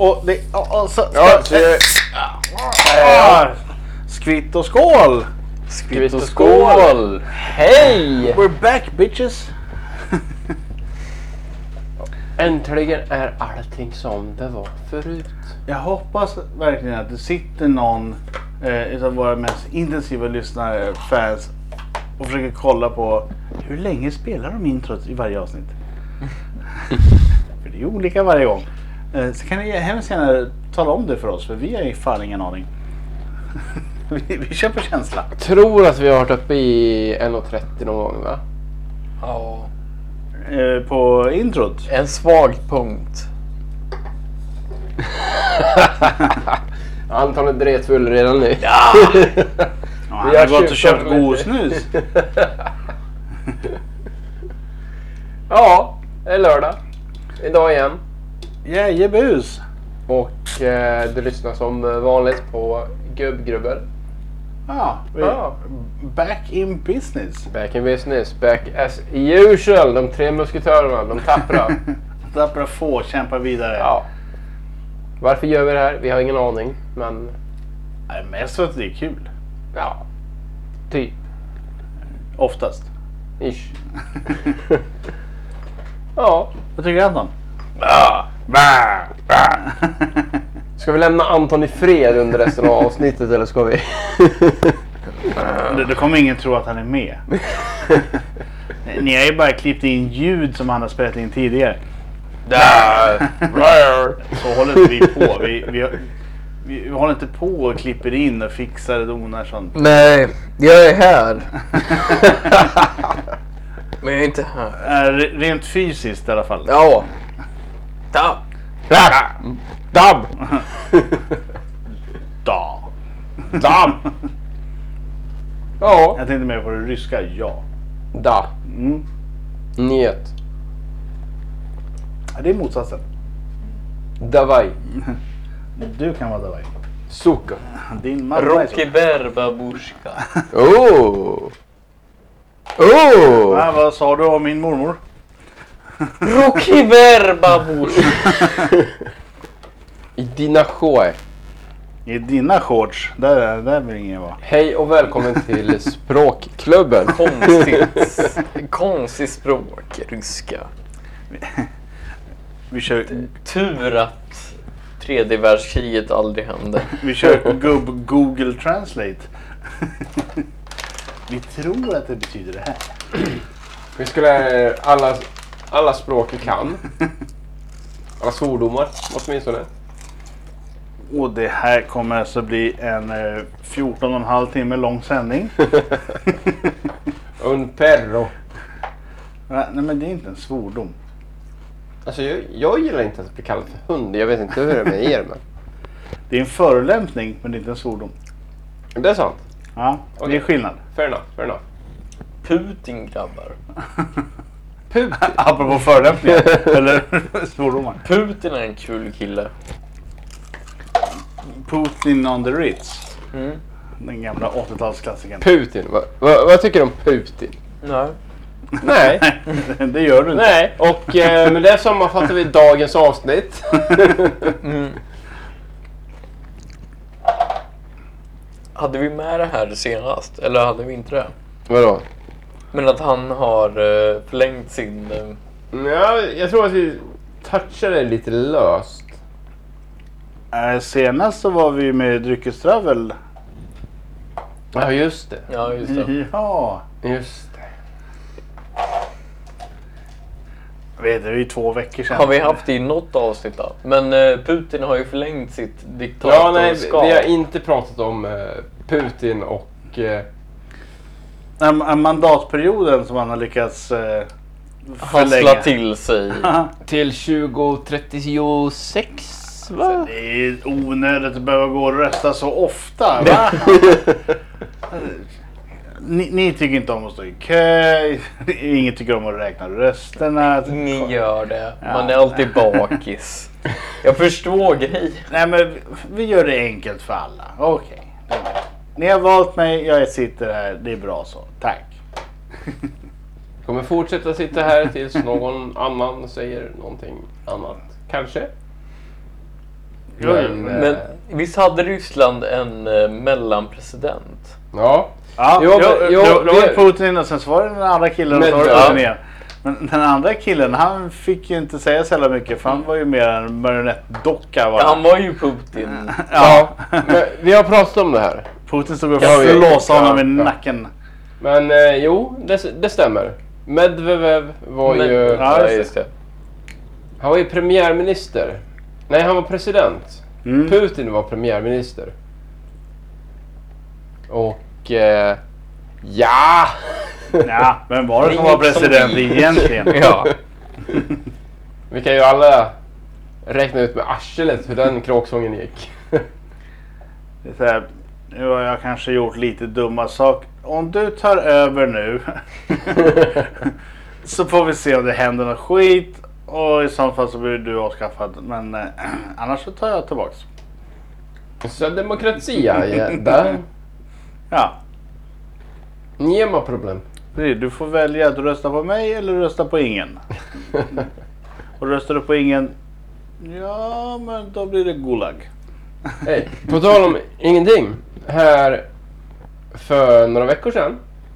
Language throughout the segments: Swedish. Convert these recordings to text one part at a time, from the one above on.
Skvitt och skål! Skvitt och skål! Hej! We're back bitches! Äntligen är allting som det var förut. Jag hoppas verkligen att det sitter någon av våra mest intensiva lyssnare, fans, och försöker kolla på hur länge spelar de introt i varje avsnitt. För det är olika varje gång. Så kan ni hemskt gärna tala om det för oss, för vi har ju fan ingen aning. vi kör på känsla. Jag tror att vi har varit uppe i 1.30 någon gång, va? Ja. På introt. En svag punkt. Antalet dretfull redan nu. Ja! Han har gått och köpt god snus. Ja, det är lördag. Idag igen. Jajebus. Och du lyssnar som vanligt på Gubbgrubbel. Ja, back in business. Back in business, back as usual. De tre musketörerna, de tappra. Tappra få, kämpa vidare. Ja. Varför gör vi det här? Vi har ingen aning, men... Nej, mest för att det är kul. Ja, typ. Oftast. Ish. Ja. Vad tycker du, Anton? Ska vi lämna Anton i fred under resten av avsnittet, eller ska vi? Det kommer ingen tro att han är med. Ni har ju bara klippt in ljud som han har spelat in tidigare. Så håller inte vi på. Vi håller inte på och klipper in och fixar och donar sånt. Nej, jag är här. Men jag är inte här. Rent fysiskt i alla fall. Ja. Tack. Dab! Dab. Ja. Jag tänkte mer på det ryska, ja. Da. Njet. Det är motsatsen. Davaj. Du kan vara Davaj. Suka. Din mamma är Rokiber babushka. Oh! Vad sa du om min mormor? Rokiber babushka. I dina sjö. I dina shorts. Där vill ingen vara. Hej och välkommen till Språkklubben. Konstigt språk, ryska. Vi kör Tur att tredje världskriget aldrig hände. Vi kör Google Translate. Vi tror att det betyder det här. Vi skulle alla språk vi kan. Alla svordomar åtminstone. Och det här kommer alltså bli en 14,5 timme lång sändning. Un perro. Nej, men det är inte en svordom. Alltså jag gillar inte att bli kallad för hund. Jag vet inte hur det är med er, men... Det är en förolämpning, men det är inte en svordom. Det är sant. Ja, det är skillnad. Fair enough. Putin, grabbar. Putin. Apropå förolämpningar, eller svordomar. Putin är en kul kille. Putin on the Ritz. Mm. Den gamla 80-talsklassikern. Putin. Vad tycker du om Putin? Nej. Nej. Det gör du inte. Nej. Och med det sammanfattar vi dagens avsnitt. Hade vi med det här senast? Eller hade vi inte det? Vadå? Men att han har förlängt sin... Ja, jag tror att vi touchade lite löst. Senast så var vi med dryckestravel. Ja, just det. Ja, just det. Ja. Just det. Vet du, det är ju 2 veckor sedan. Har vi haft det i något avsnitt då? Men Putin har ju förlängt sitt Ja, diktatorskap. nej, vi har inte pratat om Putin och... Mandatperioden som han har lyckats hassla förlänga. till sig. Till 2036, va? Det är onödigt att behöva gå och rösta så ofta, va? Ni tycker inte om att stå i kö. Ingen tycker om att räkna rösterna. Ingen gör det. Ja. Man är alltid bakis. Jag förstår grejer. Nej, men vi gör det enkelt för alla. Okej. Ni har valt mig, jag sitter här. Det är bra så. Tack. Kommer fortsätta sitta här tills någon annan säger någonting annat. Kanske. Men visst hade Ryssland en mellanpresident? Ja. Ja, Jo, det var Putin och sen så var det den andra killen och så var det Medvedev. ner. Men den andra killen, han fick ju inte säga så jävla mycket för han var ju mer en marionettdocka. Han var ju Putin. Ja. Men vi har pratat om det här. Putin stod och Ja, flåsade honom i ja. nacken. Men jo, det stämmer. Medvedev var ju... Ja, just det. Han var ju premiärminister. Nej, han var president. Putin var premiärminister. Och... ja! Ja, men var det som var president egentligen? Ja. Vi kan ju alla räkna ut med arslet hur den kråksången gick. Det är så här, nu har jag kanske gjort lite dumma saker. Om du tar över nu så får vi se om det händer något skit. Och i så fall så blir du avskaffad. Men annars så tar jag tillbaks. Så demokratia, där. Ja, Njema problem. du får välja att rösta på mig eller rösta på ingen. Och röstar du på ingen, ja men då blir det Gulag. Hey, på tal om ingenting. Här för några veckor sedan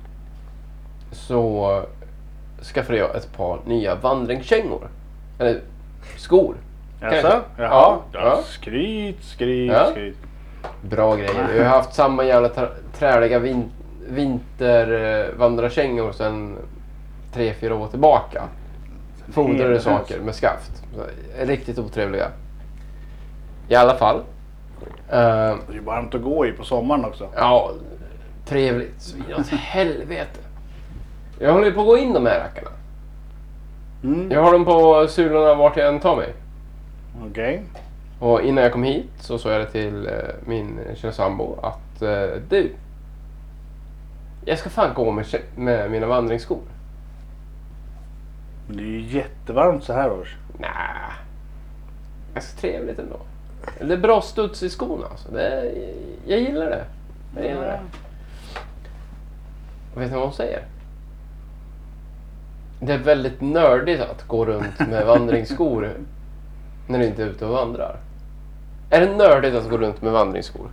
så skaffade jag ett par nya vandringskängor. Eller skor. Jaså? Ja. Ja. Skryt. Ja. Bra grejer. Vi har haft samma jävla träliga vintervandrarkängor sedan 3-4 år tillbaka. Fodrade saker med skaft. Riktigt otrevliga. I alla fall. Det är ju varmt att gå i på sommaren också. Ja, trevligt. Så inåt helvete. Jag håller på att gå in de här rackarna. Jag har dem på sulorna vart jag än tar mig. Okej. Och innan jag kom hit så sa jag det till min kära sambo att du, jag ska fan gå med mina vandringsskor. Men det är ju jättevarmt så här års. Nej, ganska trevligt ändå. Det är bra studs i skorna alltså. Jag gillar det. Och vet ni vad hon säger? Det är väldigt nördigt att gå runt med vandringsskor när du inte är ute och vandrar. Är det nördigt att gå runt med vandringsskor?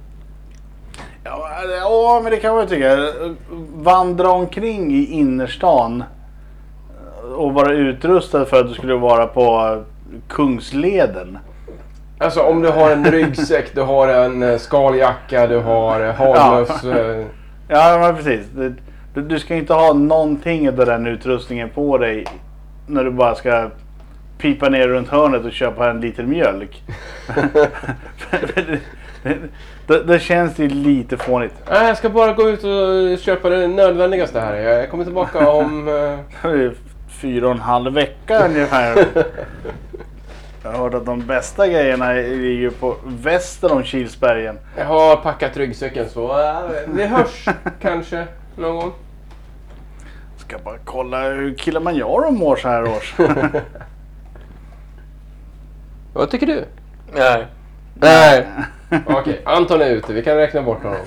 Ja, men det kan man ju tycka. Vandra omkring i innerstan och vara utrustad för att du skulle vara på Kungsleden. Alltså om du har en ryggsäck, du har en skaljacka, du har harmöss. Ja, men precis. Du ska inte ha någonting av den utrustningen på dig när du bara ska pipa ner runt hörnet och köpa en liter mjölk. Det känns ju lite fånigt. Nej, jag ska bara gå ut och köpa det nödvändigaste här. Jag kommer tillbaka om... 4,5 veckor ungefär. Jag har hört att de bästa grejerna ligger på väster om Kilsbergen. Jag har packat ryggsäcken så vi hörs kanske någon gång. Ska bara kolla hur Kilimanjaro mår så här års. Vad tycker du? Nej. Nej. Okej, Anton är ute. Vi kan räkna bort honom.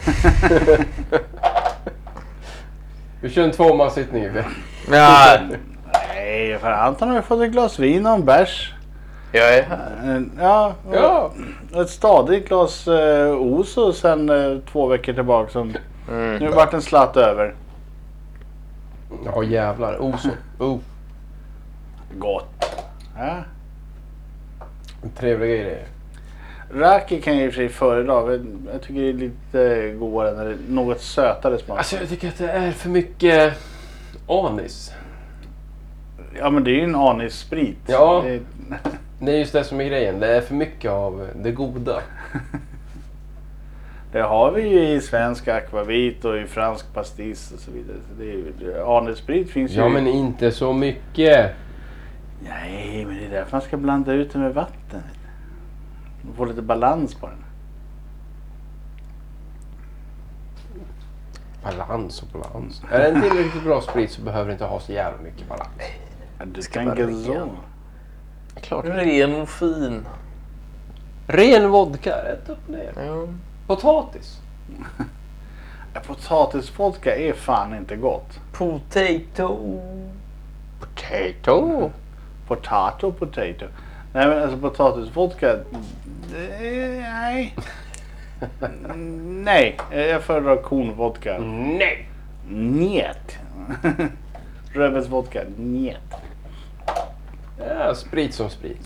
Vi kör en 2-mansittning. Ja, Nej, för Anton har ju fått ett glas vin och en bärs. jag är här. Ja, Ja. ett stadigt glas Oso sen 2 veckor tillbaka. Som nu har varit en slatt över. Ja jävlar. Oso. Gott. Ja. Trevliga grejer. Raki kan jag i och för sig föredra. Jag tycker det är lite godare när det är något sötare smak. Alltså jag tycker att det är för mycket anis. Ja, men det är ju en anissprit. Ja. Det är... Det är just det som är grejen. Det är för mycket av det goda. Det har vi ju i svensk akvavit och i fransk pastis och så vidare. Så det är ju, anissprit finns ju. Ja men inte så mycket. Nej, men det är därför man ska blanda ut det med vatten. Man får lite balans på den. Balans och balans. Är det en tillräckligt bra sprit så behöver det inte ha så jävla mycket balans. Du ska tänker vara så. ren. Klart ren och fin. Ren vodka, rätt upp och ner. Ja. Potatis. Potatisvodka är fan inte gott. Potato. Potato. Potato. Nej, men alltså potatisvodka, Nej. Nej, jag föredrar kornvodka. Nej! Njet. Röbels vodka. Njet. Ja, sprit som sprit.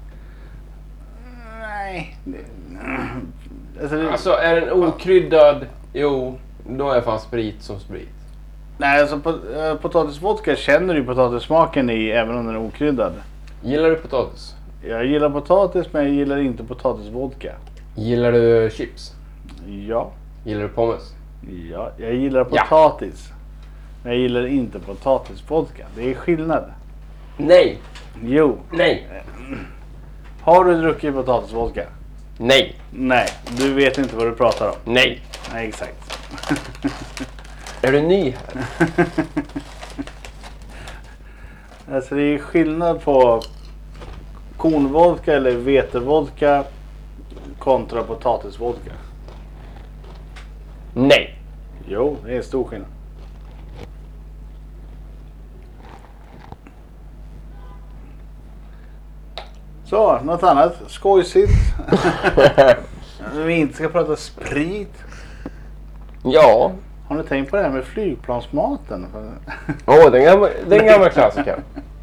Nej. Alltså är den okryddad, jo, då är fan sprit som sprit. Nej, alltså potatisvodka känner du potatissmaken i även om den är okryddad. Gillar du potatis? Jag gillar potatis men jag gillar inte potatisvodka. Gillar du chips? Ja, Gillar du pommes? ja, jag gillar potatis. Men jag gillar inte potatisvodka. Det är skillnad. Nej! Jo. Nej! Har du druckit potatisvodka? Nej! Nej, du vet inte vad du pratar om. Nej! Nej, exakt. Är du ny här? Alltså det är skillnad på kornvodka eller vetevodka kontra potatisvodka. Nej! Jo, det är stor skillnad. Så, något annat skojsigt. Vi inte ska prata sprit. Ja. Har ni tänkt på det här med flygplansmaten? Den gamla klassikern.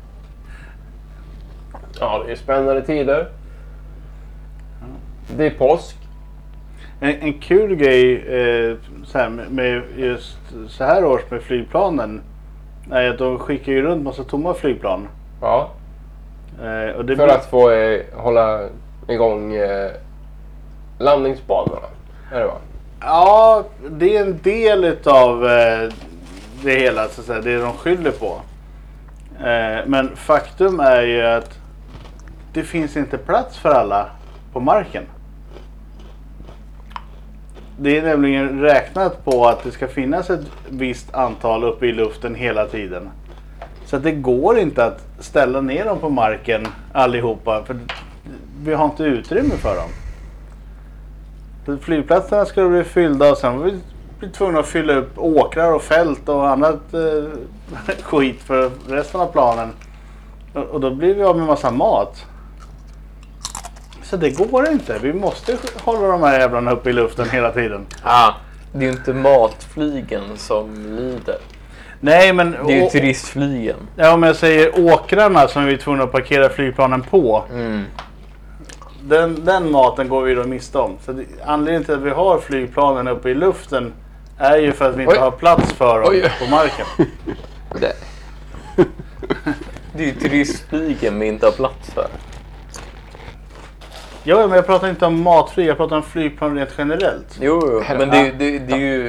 Ja, det är spännande tider. Det är påsk. En kul grej så här, med just så här års med flygplanen är att de skickar ju runt massa tomma flygplan. Ja. Och det För att få hålla igång landningsbanorna. Är det va? Ja, det är en del utav det hela så att säga, det de skyller på. Men faktum är ju att det finns inte plats för alla på marken. Det är nämligen räknat på att det ska finnas ett visst antal uppe i luften hela tiden. Så att det går inte att ställa ner dem på marken allihopa för vi har inte utrymme för dem. Så flygplatserna ska bli fyllda och sen blir vi tvungna att fylla upp åkrar och fält och annat skit för resten av planen. Och då blir vi av med massa mat. Så det går inte. Vi måste hålla de här jävlarna uppe i luften hela tiden. Det är ju inte matflygen som lider. Nej, men... Det är ju turistflygen. Ja, om jag säger åkrarna som vi är tvungna att parkera flygplanen på. Den maten går vi då miste om. Så anledningen till att vi har flygplanen uppe i luften är ju för att vi inte har plats för dem på marken. Det är ju turistflygen vi inte har plats för. Ja, men jag pratar inte om matflyg, jag pratar om flygplan rent generellt. Jo, men det är ju...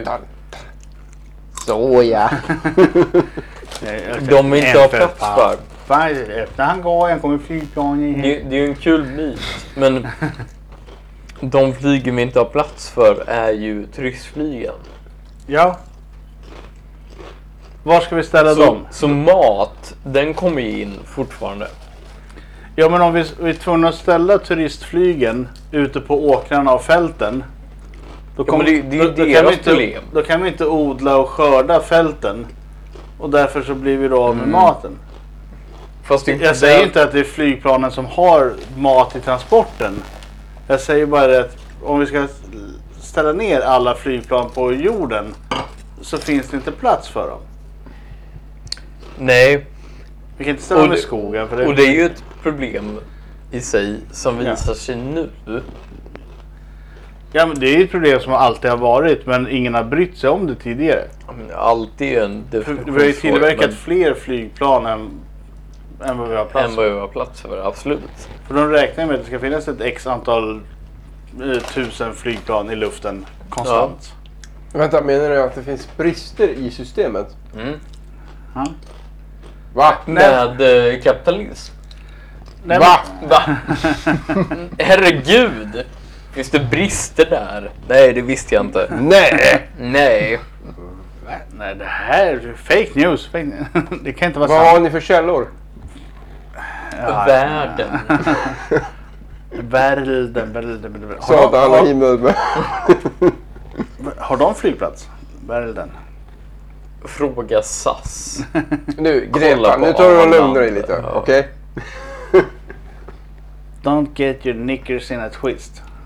Så ja. De vi inte har plats för. Öppna hangaren kommer flygplan i. Det är ju en kul myt. Men de flygen vi inte har plats för är ju turistflygen. Ja. Var ska vi ställa dem? Så mat, den kommer ju in fortfarande. Ja, men om vi är tvungna att ställa turistflygen ute på åkrarna och fälten. Då Ja, men det är ju deras problem. Då kan vi inte odla och skörda fälten. Och därför så blir vi då av med maten. Fast det, Jag säger inte att det är flygplanen som har mat i transporten. Jag säger bara att om vi ska ställa ner alla flygplan på jorden så finns det inte plats för dem. Nej. Vi kan inte ställa med skogen. För och det är ju ett problem i sig som visar sig nu. Ja, men det är ju ett problem som alltid har varit, men ingen har brytt sig om det tidigare. Alltid en Vi har ju tillverkat fler flygplan än vad vi har plats än vad vi har plats för, absolut. För de räknar med att det ska finnas ett x antal tusen flygplan i luften konstant. Vänta, menar du att det finns brister i systemet? Ja. Va? Med kapitalism. Nej, Va? Va? Herregud! Finns det brister där? Nej, det visste jag inte. Nej! Nej. Nej, det här är fake news. Det kan inte vara Vad har sant. ni för källor? Världen. Världen. Satan alla himmel. Har de flygplats? Världen. Fråga SAS. Nu, Kolla Greta, på nu tar du och lugnar dig Arlanda. lite, Ja. okej? Don't get your knickers in a twist.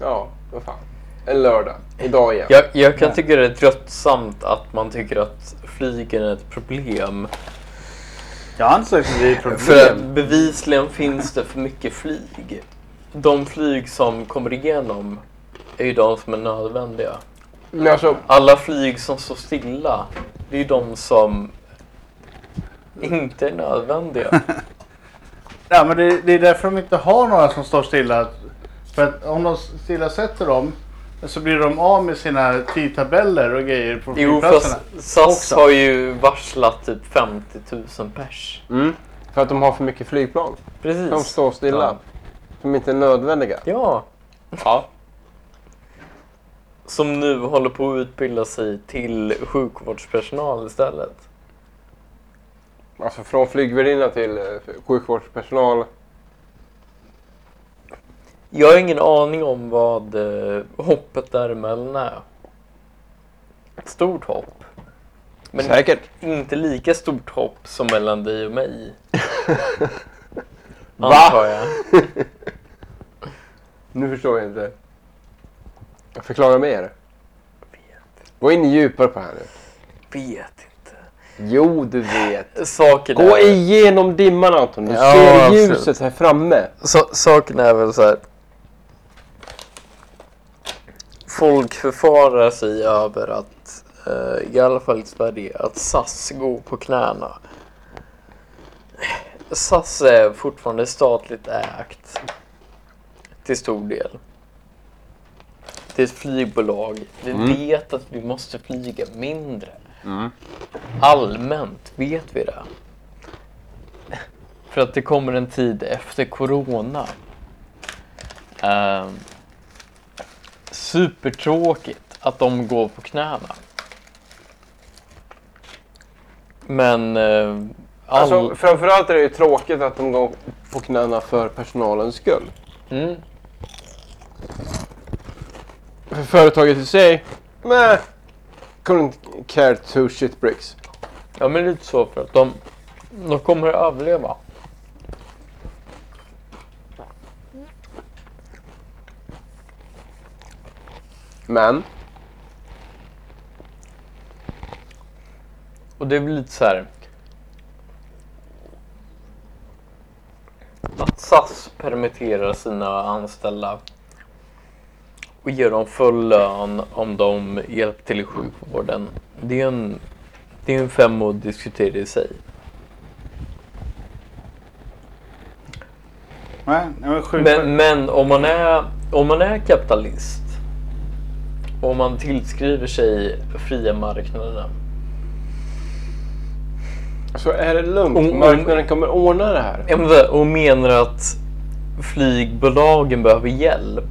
Ja, vad fan. En lördag. Idag igen. Jag kan tycka det är tröttsamt att man tycker att flygen är ett problem. Jag har inte sagt att det är ett problem. För att bevisligen finns det för mycket flyg. De flyg som kommer igenom är ju de som är nödvändiga. Men alltså, Alla flyg som står stilla, det är ju de som inte är nödvändiga. Ja, men det är därför de inte har några som står stilla. För att om de stilla sätter dem så blir de av med sina tidtabeller och grejer på Jo, flygplatserna. fast SAS också. har ju varslat typ 50 000 pers. för att de har för mycket flygplan. Precis. De står stilla. Ja. Som inte är nödvändiga. Ja. Ja. Som nu håller på att utbilda sig till sjukvårdspersonal istället. Alltså från flygvärdinna till sjukvårdspersonal. Jag har ingen aning om vad hoppet däremellan är. Ett stort hopp. Men Säkert. inte lika stort hopp som mellan dig och mig. Va? Antar jag. Nu förstår jag inte. Jag förklarar mer. Gå in djupare på det här nu. Vet inte. Jo, du vet. Saken Gå igenom dimman, Anton. Du Ja, ser absolut. ljuset här framme. Saken är väl så här. Folk förfarar sig över att, i alla fall i Sverige, att SAS går på knäna. SAS är fortfarande statligt ägt. Till stor del. Det är ett flygbolag. Vi vet att vi måste flyga mindre. Allmänt vet vi det. För att det kommer en tid efter corona. Supertråkigt att de går på knäna. Men Alltså, framförallt är det ju tråkigt att de går på knäna för personalens skull. För företaget i sig, meh, couldn't care two shit bricks. ja, men lite så, för att de kommer att överleva. Men, Och det är väl lite så här. Att SAS permitterar sina anställda och ger dem full lön om de hjälper till i sjukvården. Det är en femma att diskutera i sig. Nej, men Men om man är kapitalist och om man tillskriver sig fria marknaden, så är det lugnt. Marknaden kommer ordna det här. och menar att flygbolagen behöver hjälp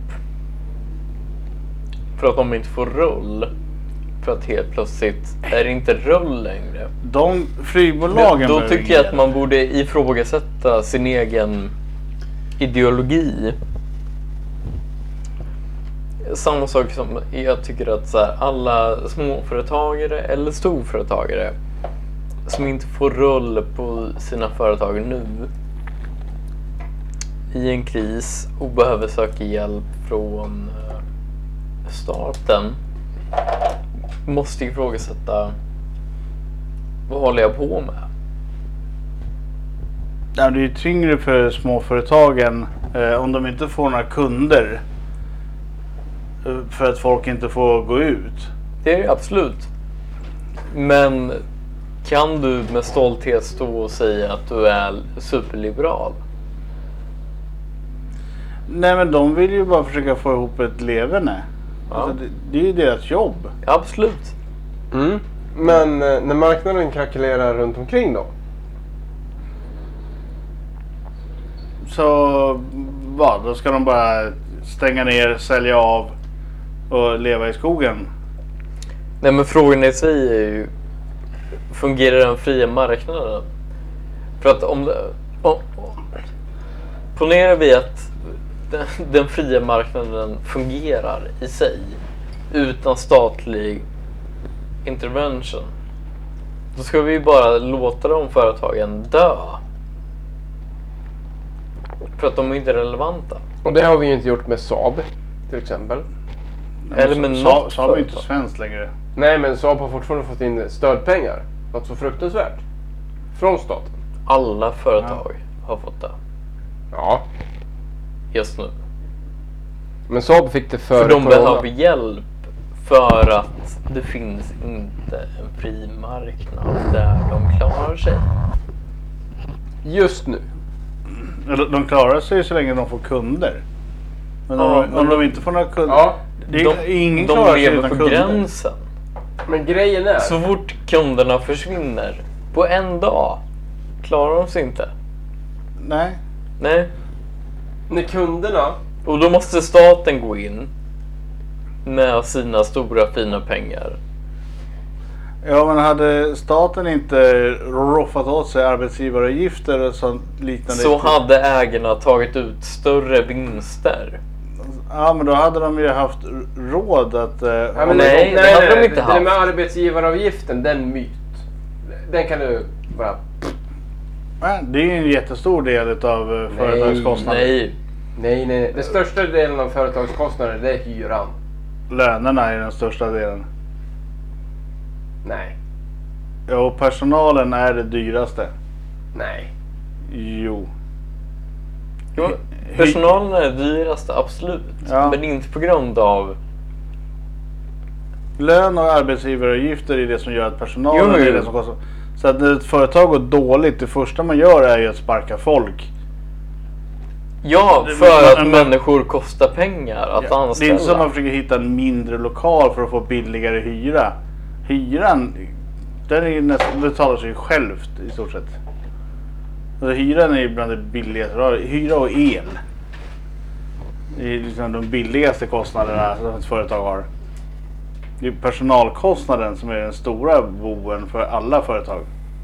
för att de inte får rull, för att helt plötsligt är det inte rull längre. de flygbolagen Då behöver tycker jag att hjälp. man borde ifrågasätta sin egen ideologi. Samma sak som jag tycker att så här, alla småföretagare eller storföretagare som inte får rull på sina företag nu i en kris och behöver söka hjälp från staten måste ifrågasätta, vad håller jag på med? Ja, det är ju tyngre för småföretagen om de inte får några kunder för att folk inte får gå ut. Det är det absolut. Men kan du med stolthet stå och säga att du är superliberal? Nej, men de vill ju bara försöka få ihop ett leverne. Ja. Alltså, det är ju deras jobb. Absolut. Men när marknaden krackelerar runt omkring då? Så vad? Då ska de bara stänga ner, sälja av och leva i skogen. Nej, men frågan i sig är ju, fungerar den fria marknaden? För att ponerar vi att den fria marknaden fungerar i sig utan statlig intervention, då ska vi ju bara låta de företagen dö. För att de är inte relevanta. Och det har vi ju inte gjort med Saab till exempel. Eller med Saab något är inte företag. svenskt längre. Nej, men Saab har fortfarande fått in stödpengar. Något så fruktansvärt. Från staten. Alla företag har fått det Ja. just nu. Men Saab fick det För de behöver hjälp för att det finns inte en fri marknad där de klarar sig. Just nu. De klarar sig så länge de får kunder. Men Ja, om de inte får några kunder... Ja. Ingen De klarar sig lever utan på kunder. gränsen. Men grejen är... Så fort kunderna försvinner på en dag klarar de sig inte. Nej. Nej. När kunderna... Och då måste staten gå in med sina stora fina pengar. Ja, men hade staten inte roffat åt sig arbetsgivaravgifter och sånt liknande... Så hade ägarna tagit ut större vinster. Ja, men då hade de ju haft råd att... Ja, men nej, det hade de inte det haft. med arbetsgivaravgiften, den myt. Den kan du bara... Nej, det är ju en jättestor del av företagskostnader. Nej. Den största delen av företagskostnader, det är hyran. Lönerna är den största delen. Nej. Ja, och personalen är det dyraste. Nej. Jo. Jo, personalen är det dyraste, absolut. Ja. Men inte på grund av... Lön och arbetsgivaravgifter är det som gör att personalen Jo. är det som kostar. Så att när ett företag går dåligt, det första man gör är ju att sparka folk. Ja, Det- för att men- människor kostar pengar att Ja, det är anställa. inte som att man försöker hitta en mindre lokal för att få billigare hyra. Hyran, den är ju nästan, betalar sig självt i stort sett. Alltså, hyran är ju bland det billigaste. Hyra och el. Det är liksom de billigaste kostnaderna som ett företag har. Det är personalkostnaden som är den stora boven för alla företag.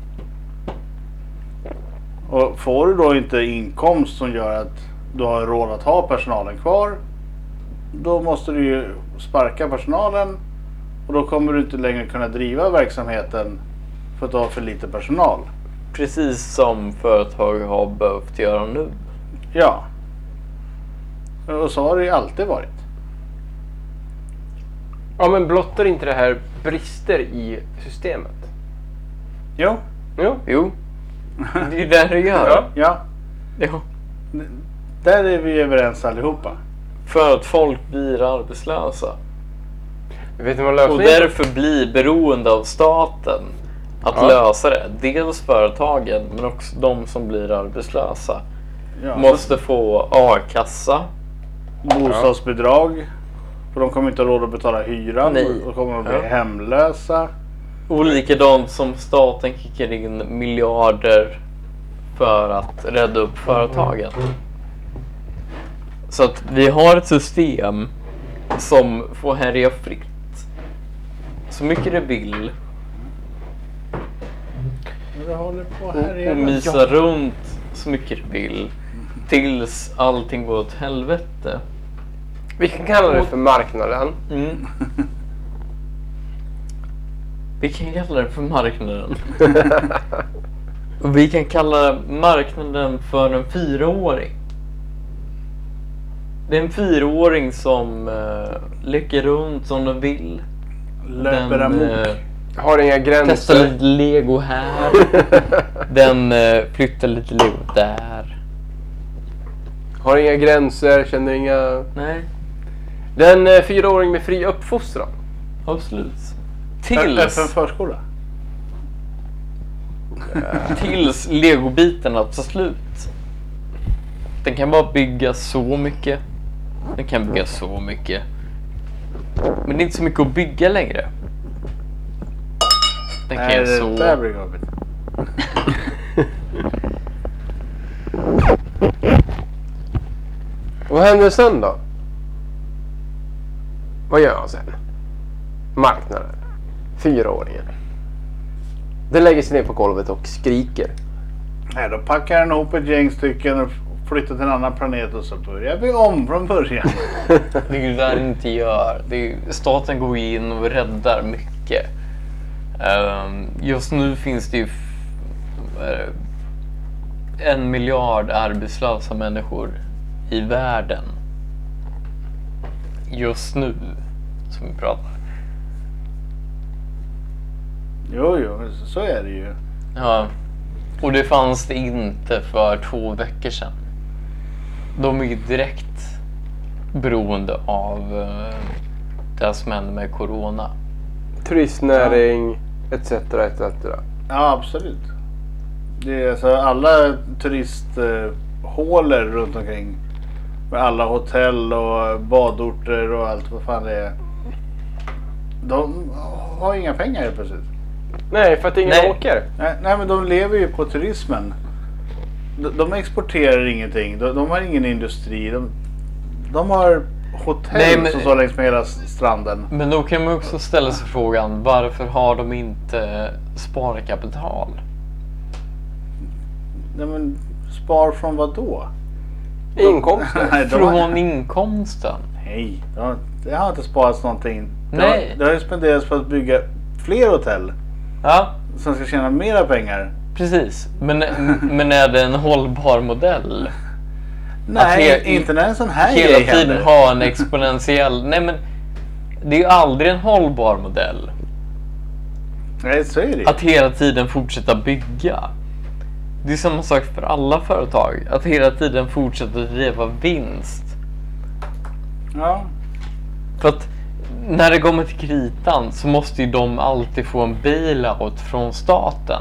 Och får du då inte inkomst som gör att du har råd att ha personalen kvar, då måste du ju sparka personalen och då kommer du inte längre kunna driva verksamheten för att du har för lite personal. Precis som företag har behövt göra nu. Ja. Och så har det ju alltid varit. Ja, men blottar inte det här brister i systemet? Jo. Jo. Jo, det är där det gör. Ja. Ja. Ja. Där är vi överens allihopa. För att folk blir arbetslösa. Vet ni vad Och lösningen är? därför blir beroende av staten att Ja. lösa det. Dels företagen men också de som blir arbetslösa. Ja. Måste få a-kassa. Bostadsbidrag. För de kommer inte ha råd att betala hyran. Nej. Och kommer att bli Ja. hemlösa. Och likadant som staten kickar in miljarder för att rädda upp företagen. Så att vi har ett system som får härja fritt så mycket det vill Det håller på här och mysa runt så mycket det vill tills allting går åt helvete. Vi kan kalla det för marknaden. Mm. Vi kan kalla det för marknaden. Och vi kan kalla marknaden för en 4-åring. Det är en 4-åring som leker runt som den vill. Löper Den amok. Har inga testar gränser. lite lego här. Den flyttar lite lego där. Har inga gränser, känner inga... Nej, Den 4-åring med fri uppfostran. absolut. Öppen förskola. Tills legobitarna tar slut. Den kan bara bygga så mycket. Den kan bygga så mycket. Men det är inte så mycket att bygga längre. Den kan göra Det där så. blir jobbigt. Vad händer sen då? Vad gör han sen? Marknaden. 4-åringen. Den lägger sig ner på golvet och skriker. Nej, då packar den ihop ett gäng stycken och flyttar till en annan planet och så börjar vi om från början. Det är ju det det inte gör. Staten går in och räddar mycket. Just nu finns det ju 1 miljard arbetslösa människor i världen. just nu som vi pratar. Jo, så är det ju. Ja. Och det fanns det inte för 2 veckor sedan. De är ju direkt beroende av det som händer med corona. Turistnäring, etc. Ja, absolut. Det är alltså alla turisthålor runt omkring. Med alla hotell och badorter och allt vad fan det är. De har inga pengar helt plötsligt. Nej, för att ingen åker. Nej, men de lever ju på turismen. De exporterar ingenting. De har ingen industri. De har hotell som står längs med hela stranden. Men då kan man också ställa sig frågan, varför har de inte sparkapital? Nej, men spar från vad då? Inkomsten. Nej, Från inkomsten? Nej, det har inte sparats någonting. Nej. Det har ju spenderats på att bygga fler hotell. Ja, Som ska tjäna mera pengar. precis. Men är det en hållbar modell? Nej, inte när en sån här Hela grej tiden händer. ha en exponentiell... Nej, men det är ju aldrig en hållbar modell. Nej, så är det ju. Att hela tiden fortsätta bygga. Det är samma sak för alla företag. Att hela tiden fortsätta driva vinst. Ja. För att när det kommer till kritan så måste ju de alltid få en bailout från staten.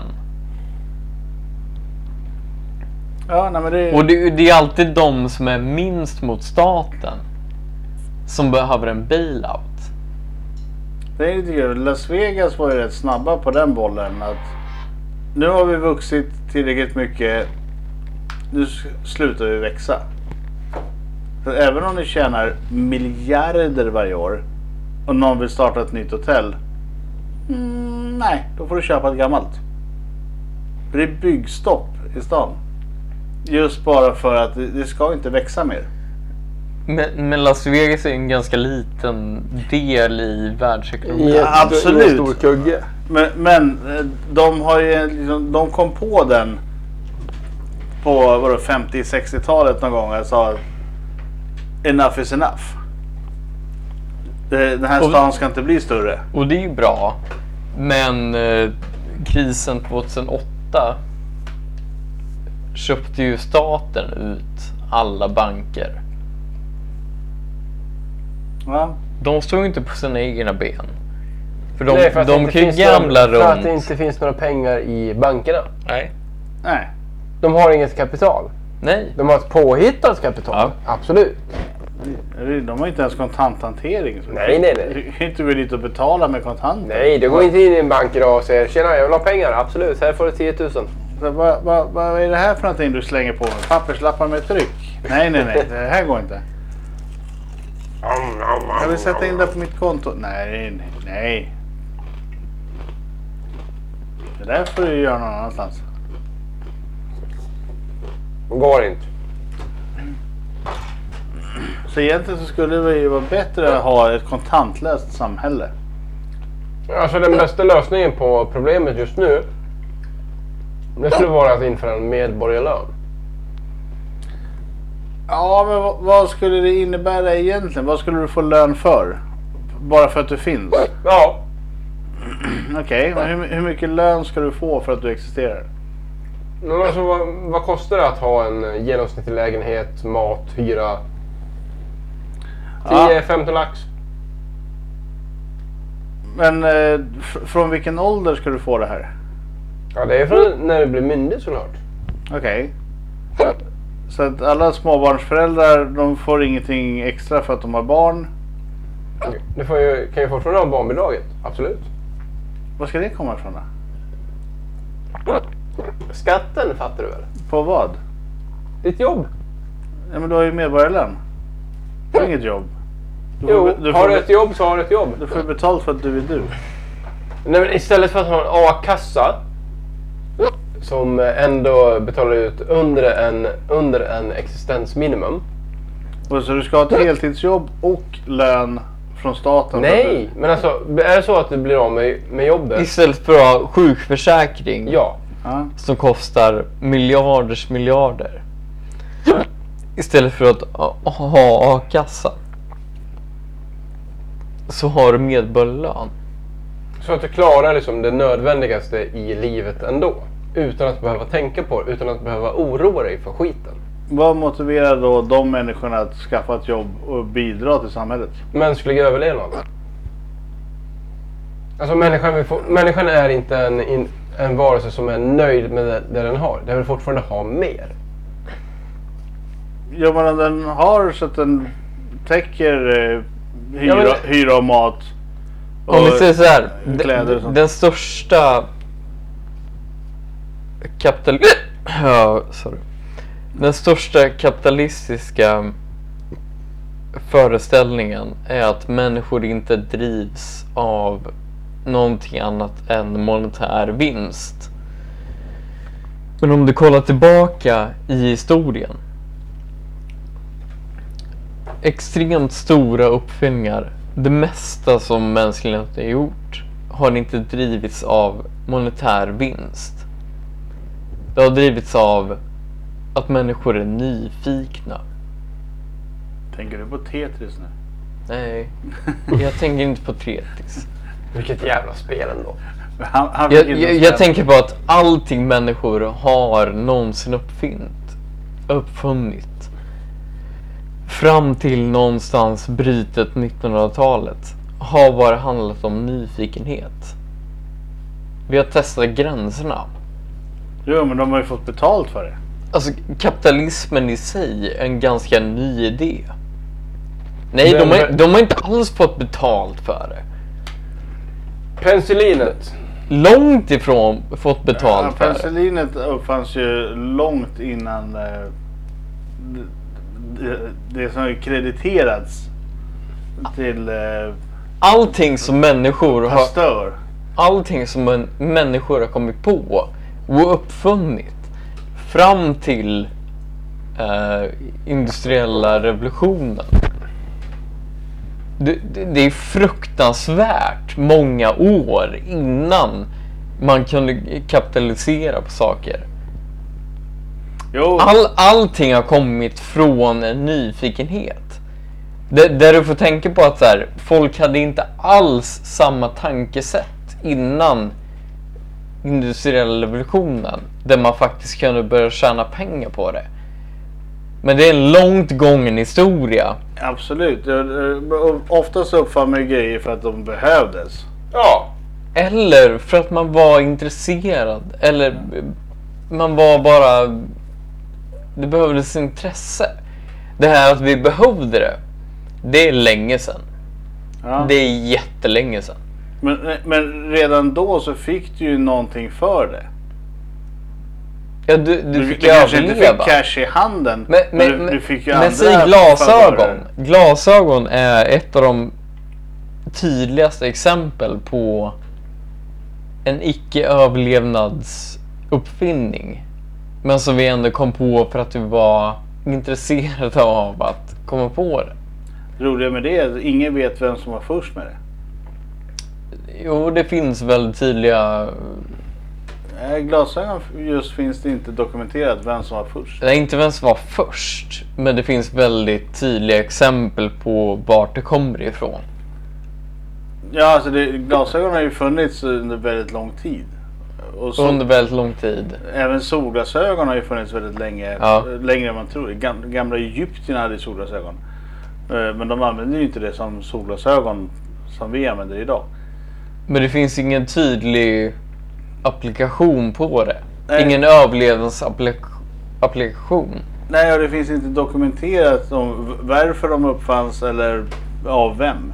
Ja, nej, men det... Och det är alltid de som är minst mot staten som behöver en bailout. Det är lite kul. Las Vegas var ju rätt snabba på den bollen. Att nu har vi vuxit tillräckligt mycket. Nu slutar vi växa. Så även om ni tjänar miljarder varje år och någon vill starta ett nytt hotell. Nej, då får du köpa ett gammalt. För det är byggstopp i stan. Just bara för att det ska inte växa mer. Men Las Vegas är en ganska liten del i världsekonomin. Ja, absolut. I en stor kugge. Men de har ju liksom, de kom på den på 50-60-talet någon gång. Jag sa enough is enough. Den här stan ska inte bli större. Och det är ju bra. Men krisen 2008 köpte ju staten ut alla banker. Ja. De stod ju inte på sina egna ben. För Nej, för att de det kan ju inte gamla finns några, för att det runt. inte finns några pengar i bankerna. Nej. Nej. De har inget kapital. Nej. De har ett påhittat kapital. Ja. Absolut. De har inte ens kontanthantering. Så Nej. du kan inte gå dit och betala med kontanter. Nej, du går inte in i en bank idag och säger tjena, jag vill ha pengar. Absolut, här får du 10 000. Så vad är det här för någonting du slänger på mig? Papperslappar med tryck? Nej. Det här går inte. Jag vill sätta in det på mitt konto. Nej. Det där får du göra någon annanstans. Går inte. Så egentligen så skulle det ju vara bättre att ha ett kontantlöst samhälle. Alltså den bästa lösningen på problemet just nu, det skulle vara att införa en medborgarlön. Ja, men vad skulle det innebära egentligen? Vad skulle du få lön för? Bara för att du finns? Ja. Okej, men hur mycket lön ska du få för att du existerar? Men alltså vad kostar det att ha en genomsnittlig lägenhet, mat, hyra? 10-15 lax. Men från vilken ålder ska du få det här? Ja, det är från när du blir myndig såklart. Okej. Så att alla småbarnsföräldrar, de får ingenting extra för att de har barn. Du kan ju fortfarande ha barnbidraget, absolut. Vad ska det komma ifrån då? Skatten fattar du väl? På vad? Ditt jobb. Ja, men du har ju medborgarlön. Du har inget jobb. Har du ett jobb så har du ett jobb. Du får betalt för att du är du. Nej, men istället för att ha en A-kassa som ändå betalar ut under en existensminimum. Och så du ska ha ett heltidsjobb och lön från staten? Nej, men alltså är det så att du blir av med jobbet? Istället för att ha sjukförsäkring. Ja. Som kostar miljarder. Istället för att ha a-kassa. så har du medborgerlig lön. Så att du klarar liksom det nödvändigaste i livet ändå. Utan att behöva tänka på det, utan att behöva oroa dig för skiten. Vad motiverar då de människorna att skaffa ett jobb och bidra till samhället? Mänsklig överlevnad. Alltså människan är inte en varelse som är nöjd med det den har. Den vill fortfarande ha mer. Ja, men den har så att den täcker hyra och mat. Om vi säger så här, kläder och sånt. den största den största kapitalistiska föreställningen är att människor inte drivs av någonting annat än monetär vinst. Men om du kollar tillbaka i historien, extremt stora uppfinningar, det mesta som mänskligheten har gjort har inte drivits av monetär vinst. Det har drivits av att människor är nyfikna. Tänker du på Tetris nu? Nej, jag tänker inte på Tetris. Vilket jävla spel ändå. Jag tänker på att allting människor har någonsin uppfunnit fram till någonstans brytet 1900-talet har bara handlat om nyfikenhet. Vi har testat gränserna. Jo, men de har ju fått betalt för det. Alltså kapitalismen i sig är en ganska ny idé. Nej, de har inte alls fått betalt för det. Penicillinet. Långt ifrån fått betalt för det. Penicillinet uppfanns ju långt innan det som har krediterats till allting som människor Pasteur. Allting som människor har kommit på och uppfunnit fram till industriella revolutionen. Det är fruktansvärt många år innan man kunde kapitalisera på saker. Jo. Allting har kommit från en nyfikenhet. Där du får tänka på att så här, folk hade inte alls samma tankesätt innan industriella revolutionen, där man faktiskt kunde börja tjäna pengar på det. Men det är en långt gången historia. Absolut. Oftast uppfann man grejer för att de behövdes. Ja. Eller för att man var intresserad. Eller man var bara... Det behövdes intresse. Det här att vi behövde det, det är länge sedan. Ja. Det är jättelänge sedan. Men redan då så fick du ju någonting för det. Ja, du fick kanske överleva. inte fick cash i handen. Men du fick ju men andra säg glasögon. favörer. Glasögon är ett av de tydligaste exempel på en icke-överlevnadsuppfinning. Men som vi ändå kom på för att vi var intresserade av att komma på det. Roliga med det är att ingen vet vem som var först med det. Jo, det finns väldigt tydliga... Glasögon just finns det inte dokumenterat vem som var först. Det är inte vem som var först, men det finns väldigt tydliga exempel på vart det kommer ifrån. Ja, alltså glasögon har ju funnits under väldigt lång tid. Och Under väldigt lång tid. Även solglasögon har ju funnits väldigt länge. Ja. Längre än man tror. Gamla Egyptierna hade solglasögon. Men de använder ju inte det som solglasögon som vi använder idag. Men det finns ingen tydlig applikation på det. Nej. Ingen överlevnadsapplikation. Nej, och det finns inte dokumenterat om varför de uppfanns eller av vem.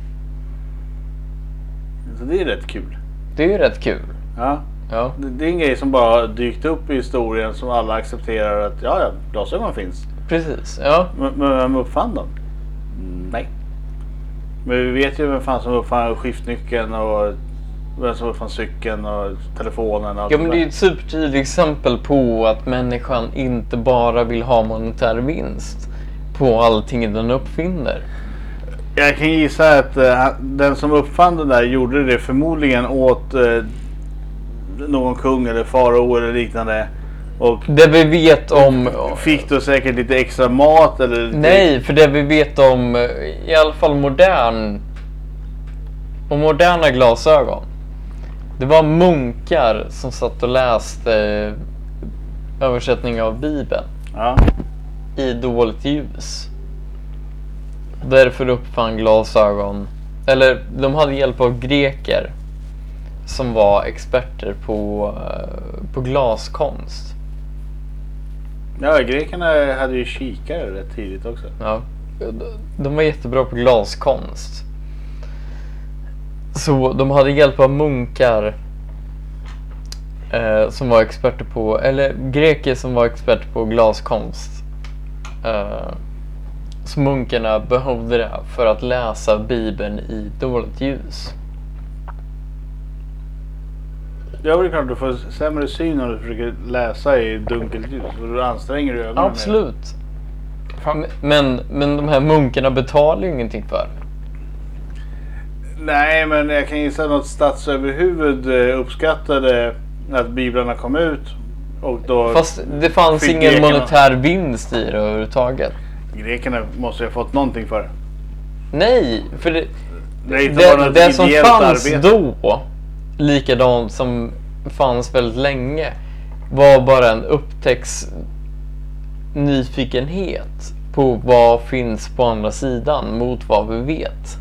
Så det är rätt kul. Det är ju rätt kul. Ja. Ja. Det är en grej som bara har dykt upp i historien som alla accepterar att ja, glasögon finns. Precis, ja. Men vem uppfann dem? Nej. Men vi vet ju vem fan som uppfann skiftnyckeln och vem som uppfann cykeln och telefonen och allt. Ja, men det är ju ett supertydligt exempel på att människan inte bara vill ha monetär vinst på allting den uppfinner. Jag kan gissa att den som uppfann det där gjorde det förmodligen åt någon kung eller farao eller liknande. Och Det vi vet om... fick då säkert lite extra mat eller lite... Nej, för det vi vet om i alla fall modern och moderna glasögon. Det var munkar som satt och läste översättning av Bibeln i dåligt ljus. Därför uppfann glasögon, eller de hade hjälp av greker som var experter på glaskonst. Ja, grekerna hade ju kikare rätt tidigt också. Ja, de var jättebra på glaskonst. Så de hade hjälp av munkar som var experter på, eller greker som var experter på glaskonst. Så munkarna behövde det för att läsa Bibeln i dåligt ljus. Ja, det är klart du får sämre syn om du försöker läsa i dunkelt ljus. För du anstränger ögonen. Absolut. Men de här munkarna betalar ju ingenting för. Nej, men jag kan gissa att något statsöverhuvud uppskattade att biblarna kom ut. Och då fast det fanns ingen monetär vinst i det överhuvudtaget. Grekerna måste ju ha fått någonting för det. Nej, för det som fanns arbete då, likadant som fanns väldigt länge, var bara en nyfikenhet på vad finns på andra sidan mot vad vi vet.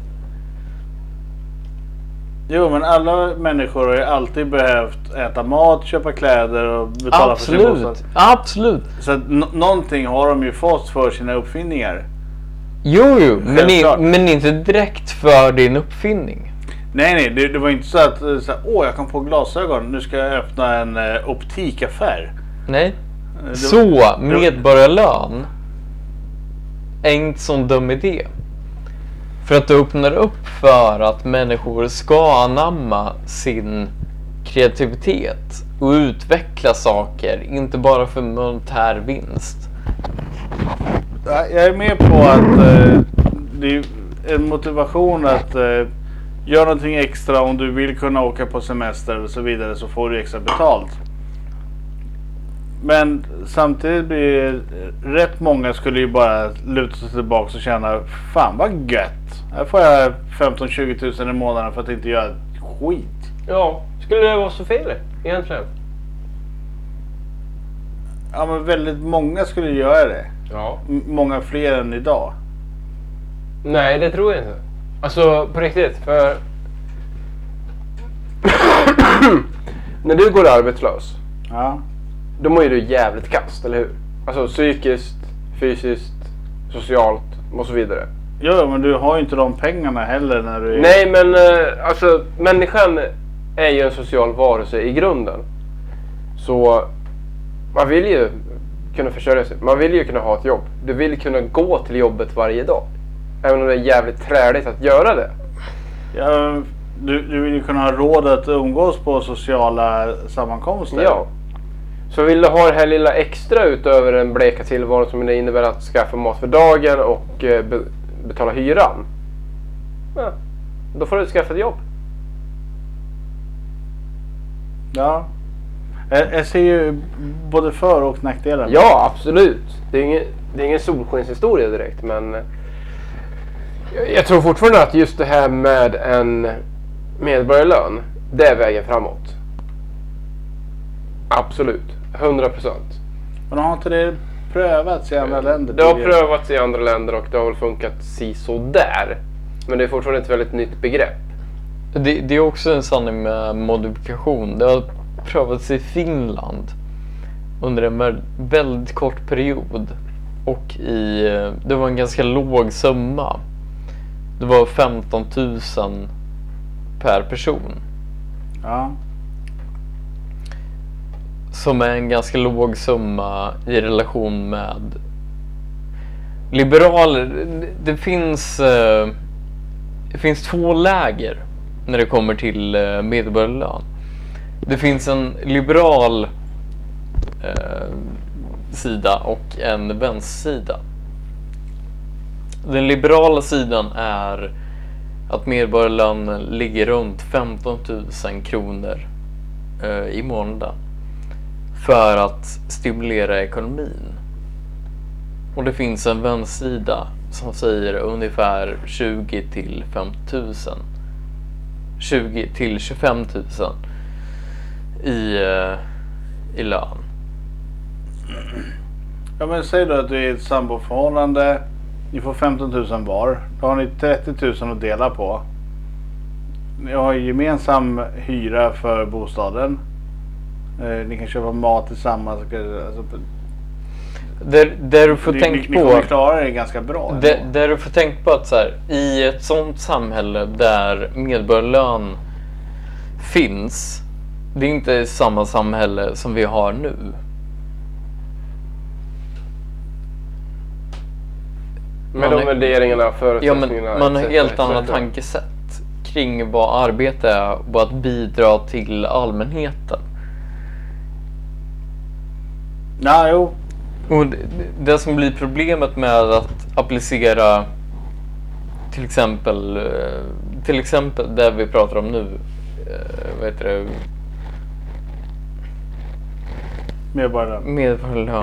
Jo, men alla människor har ju alltid behövt äta mat, köpa kläder och betala för sin bostad. Absolut. Så att någonting har de ju fått för sina uppfinningar. Jo, men inte direkt för din uppfinning. Nej, det var inte så att jag kan få glasögon, nu ska jag öppna en optikaffär. Nej. Så medborgarlön är inte sån dum idé. För att det öppnar upp för att människor ska anamma sin kreativitet och utveckla saker, inte bara för monetär vinst. Jag är med på att det är en motivation att göra någonting extra om du vill kunna åka på semester och så vidare, så får du extra betalt. Men samtidigt blir rätt många skulle ju bara luta sig tillbaka och känna, fan vad gött. Här får jag 15-20 000 i månaden för att inte göra skit. Ja, skulle det vara så fel egentligen? Ja, men väldigt många skulle göra det. Ja. Många fler än idag. Nej, det tror jag inte. Alltså på riktigt, för när du går arbetslös, Ja. då mår ju du jävligt kast, eller hur? Alltså psykiskt, fysiskt, socialt och så vidare. Jo, men du har ju inte de pengarna heller när du är... Nej, men alltså människan är ju en social varelse i grunden. Så man vill ju kunna försörja sig. Man vill ju kunna ha ett jobb. Du vill kunna gå till jobbet varje dag. Även om det är jävligt träligt att göra det. Ja, du vill ju kunna ha råd att umgås på sociala sammankomster. Ja. Så vill du ha det här lilla extra utöver den bleka tillvaron som det innebär att skaffa mat för dagen och betala hyran. Ja, då får du skaffa ett jobb. Ja. Jag ser ju både för- och nackdelar. Ja, absolut. Det är ingen solskenshistoria direkt, men jag tror fortfarande att just det här med en medborgarlön, det är vägen framåt. Absolut. 100%. Men har inte det prövats i andra länder? Det har prövats i andra länder och det har väl funkat så där. Men det är fortfarande ett väldigt nytt begrepp. Det är också en sanning med modifikation. Det har prövats i Finland under en väldigt kort period. Och det var en ganska låg summa. Det var 15 000 per person. Ja. Som är en ganska låg summa i relation med liberaler. Det finns två läger när det kommer till medborgarlön. Det finns en liberal sida och en vänstersida. Den liberala sidan är att medborgarlön ligger runt 15 000 kronor i månaden för att stimulera ekonomin. Och det finns en vänstersida som säger ungefär 20 till 50 000 20 till 25 000 i lön. Ja, men säg då att du är i ett samboförhållande. Ni får 15 000 var. Då har ni 30 000 att dela på. Ni har gemensam hyra för bostaden. Ni kan köpa mat tillsammans. Alltså, Där du får tänka ni kommer klara det ganska bra. Där du får tänka på att så här, i ett sånt samhälle där medborgarlön finns, det är inte samma samhälle som vi har nu. Med de värderingarna, förutsättningarna. Man har helt andra tankesätt kring vad arbete är och att bidra till allmänheten. Ja, jo. Och det som blir problemet med att applicera till exempel det vi pratar om nu, vad heter det? Medborgarlön.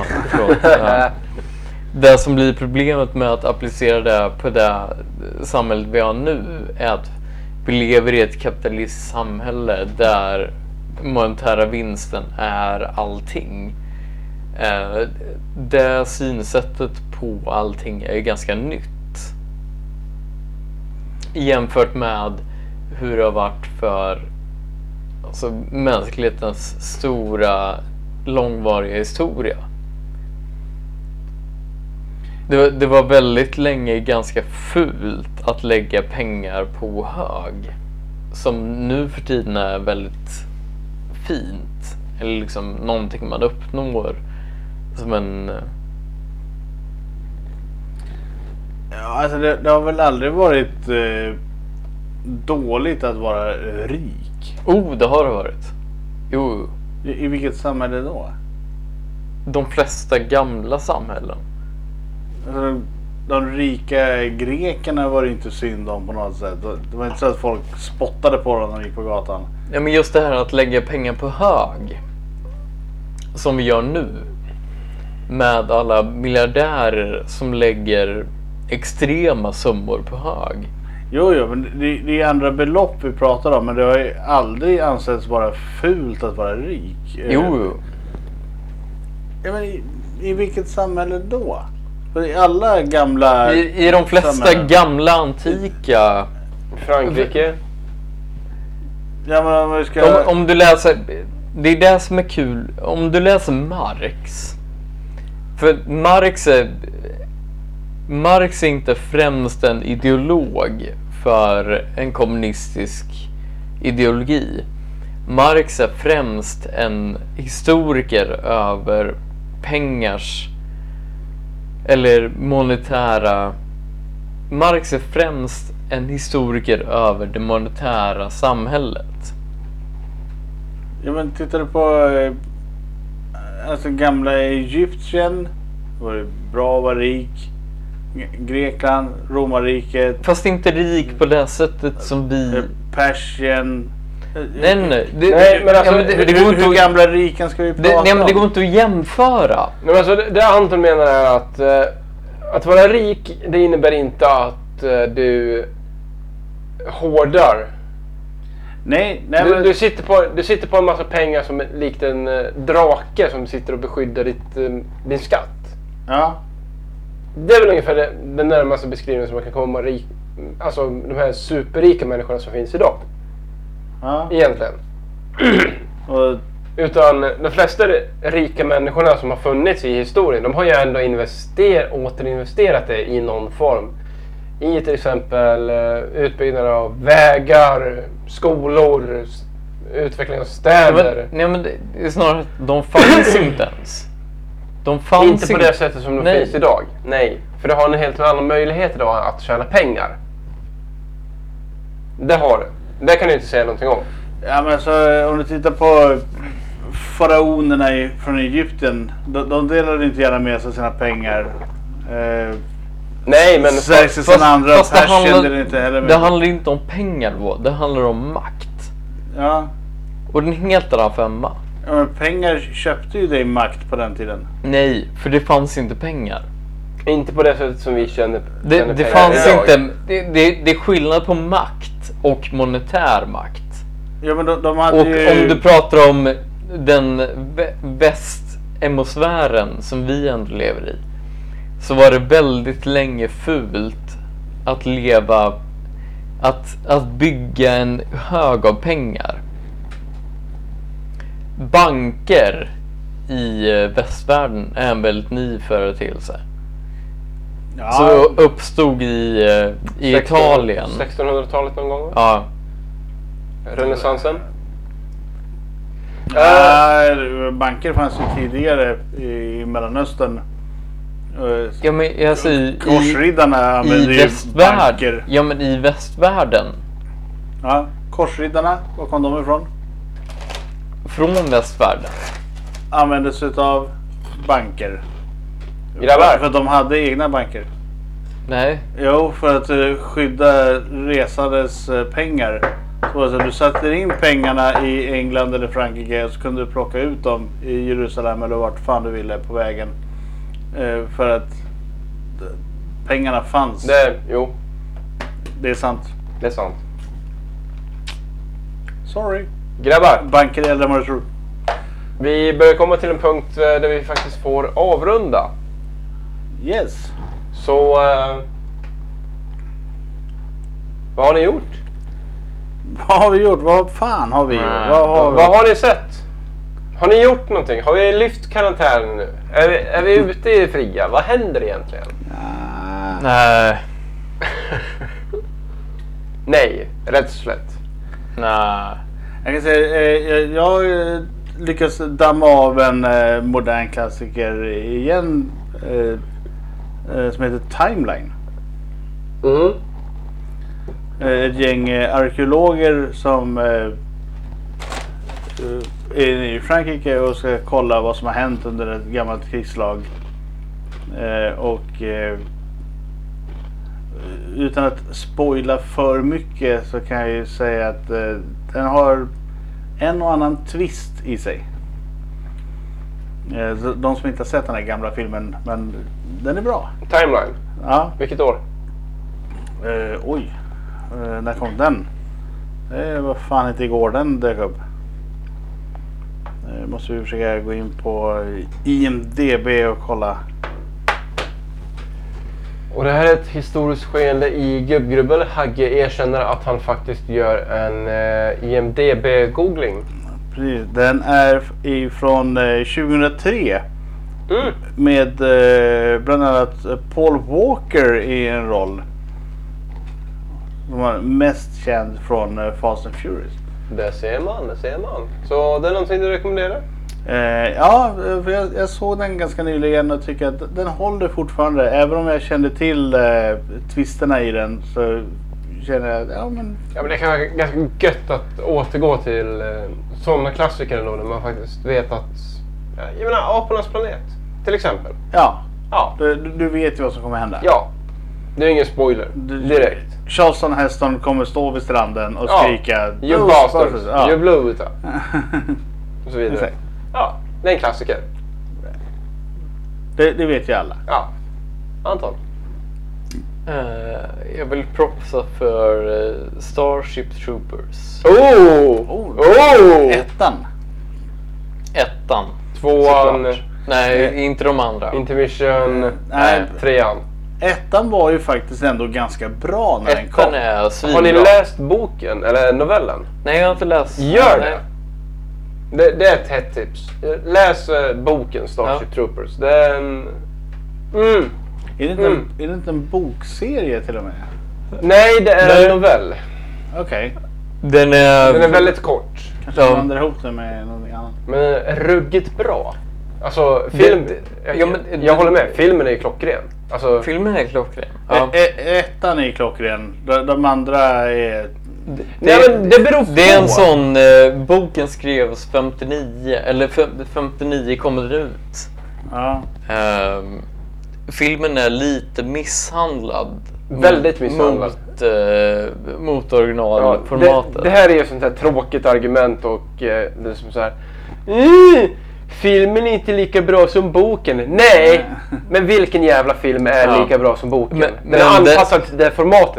Det som blir problemet med att applicera det på det samhället vi har nu är att vi lever i ett kapitalistiskt samhälle där monetära vinsten är allting. Det synsättet på allting är ganska nytt jämfört med hur det har varit för mänsklighetens stora långvariga historia. Det var väldigt länge ganska fult att lägga pengar på hög, som nu för tiden är väldigt fint, eller liksom någonting man uppnår som en... Ja, alltså det har väl aldrig varit dåligt att vara rik. Det har det varit. Jo. I vilket samhälle då? De flesta gamla samhällen. Alltså, de rika grekerna var det inte synd om på något sätt. Det var inte så att folk spottade på dem när de gick på gatan. Ja, men just det här att lägga pengar på hög, som vi gör nu, med alla miljardärer som lägger extrema summor på hög. Jo, men det är andra belopp vi pratar om, men det har ju aldrig ansetts vara fult att vara rik. Jo. Ja, men i vilket samhälle då? I alla gamla... I de flesta samhällen. Gamla antika... Frankrike. Ja, men om vi ska... Om du läser... Det är det som är kul. Om du läser Marx. För Marx är inte främst en ideolog för en kommunistisk ideologi. Marx är främst en historiker över pengars eller monetära... Marx är främst en historiker över det monetära samhället. Ja, men tittar du på alltså gamla Egypten, var det bra att vara rik. Grekland, romarriket. Fast inte rik på det sättet som vi... Persien. Nej, men alltså, hur gamla riken ska vi prata om? Det går inte att jämföra. Nej, men alltså, det Anton menar är att vara rik, det innebär inte att du hårdar. Nej, du sitter på en massa pengar som likt en drake som sitter och beskyddar din skatt. Ja. Det är väl ungefär den närmaste beskrivningen som man kan komma rik, alltså de här superrika människorna som finns idag. Ja. Egentligen. Utan de flesta rika människorna som har funnits i historien, de har ju ändå återinvesterat det i någon form. I till exempel utbyggnad av vägar, skolor, utveckling av städer. Nej, men det är snarare att de fanns inte ens. De fanns inte på det sättet som de finns idag. Nej, för det har en helt annan möjlighet idag att tjäna pengar. Det har det. Det kan du inte säga någonting om. Ja, men så om du tittar på faraonerna från Egypten, de delade inte gärna med sig sina pengar. Nej, men det handlar inte om pengar då. Det handlar om makt. Ja. Och den helt annan femma. Ja, men pengar köpte ju dig makt på den tiden. Nej, för det fanns inte pengar. Inte på det sättet som vi känner det fanns inte. Det är skillnad på makt och monetär makt. Ja, men de hade Och ju... om du pratar om den västemosfären som vi ändå lever i, så var det väldigt länge fult att leva, att bygga en hög av pengar. Banker i västvärlden är en väldigt ny företeelse. Ja, Så uppstod i Italien. 1600-talet någon gång? Ja. Renässansen? banker fanns ju tidigare i Mellanöstern. Ja, men alltså Korsriddarna använde i ju västvärlden. banker. Ja, men i västvärlden. Ja, korsriddarna, var kom de ifrån? Från västvärlden. Användes utav banker. Grabbar. För att de hade egna banker. Nej. Jo, för att skydda resandes pengar. Så alltså, du satte in pengarna i England eller Frankrike och så kunde du plocka ut dem i Jerusalem eller vart fan du ville på vägen. För att pengarna fanns. Jo, Det är sant. det är sant. Sorry. Grabbar, Banker är äldre än vad du tror. vi börjar komma till en punkt där vi faktiskt får avrunda. Yes. Så, vad har ni gjort? Vad har vi gjort? Vad fan har vi gjort? Vad har ni sett? Har ni gjort någonting? Har vi lyft karantänen nu? Är vi ute i fria? Vad händer egentligen? Nej. Nej, rätt och slätt. Nej. Jag kan säga, jag lyckas damma av en modern klassiker igen som heter Timeline. Mm. Ett gäng arkeologer som är i Frankrike och ska kolla vad som har hänt under ett gammalt krigslag. Utan att spoila för mycket så kan jag ju säga att den har en och annan twist i sig. De som inte har sett den här gamla filmen, men den är bra. Timeline. Ja. Vilket år? När kom den? Det var fan inte igår den dök upp. Måste vi försöka gå in på IMDb och kolla. Och det här är ett historiskt skeende i Gubbgrubbel. Hagge erkänner att han faktiskt gör en IMDb-googling. Precis. Den är ifrån 2003. Mm. Med bland annat Paul Walker i en roll. Som var mest känd från Fast and Furious. Det ser man. Så det är någonting du rekommenderar? Ja, för jag såg den ganska nyligen och tycker att den håller fortfarande. Även om jag kände till twisterna i den så känner jag Ja, men det kan vara ganska gött att återgå till sådana klassiker då, när man faktiskt vet att... Jag menar, Apornas planet, till exempel. Ja, Ja. du vet ju vad som kommer hända. Ja. Det är ingen spoiler. Direkt. Charleston Heston kommer stå vid stranden och skrika You bastards, ja. you blew it. Och så vidare. Exakt. Ja, det är en klassiker. Det vet ju alla. Ja. Anton. Jag vill propsa för Starship Troopers. Ettan. Ettan. Tvåan. Såklart. Nej, inte de andra. Intermission. Nej. Trean. Ettan var ju faktiskt ändå ganska bra när den kom. Ettan är svinbra. Har ni läst boken eller novellen? Nej, jag har inte läst. Gör Nej. det är ett hett tips. Läs boken Starship Troopers. Det är en... Är det inte en bokserie till och med? Nej, det är en novell. Okej. Den är väldigt kort. Kanske jag blandar ihop det med någonting annat. Men ruggigt bra. Alltså, film... jag håller med. Filmen är ju klockren. Alltså, Filmen är klockren. Ja. Ettan är klockren. De andra är... nej, men det beror på. Det är en sån... boken skrevs 59. Eller 59 kommer den ut. Ja. Filmen är lite misshandlad. Väldigt misshandlad. Mot originalformatet. Det här är ju sånt här tråkigt argument och det är som så här. Filmen är inte lika bra som boken. Nej, men vilken jävla film är lika bra som boken? Den är anpassad till det formatet.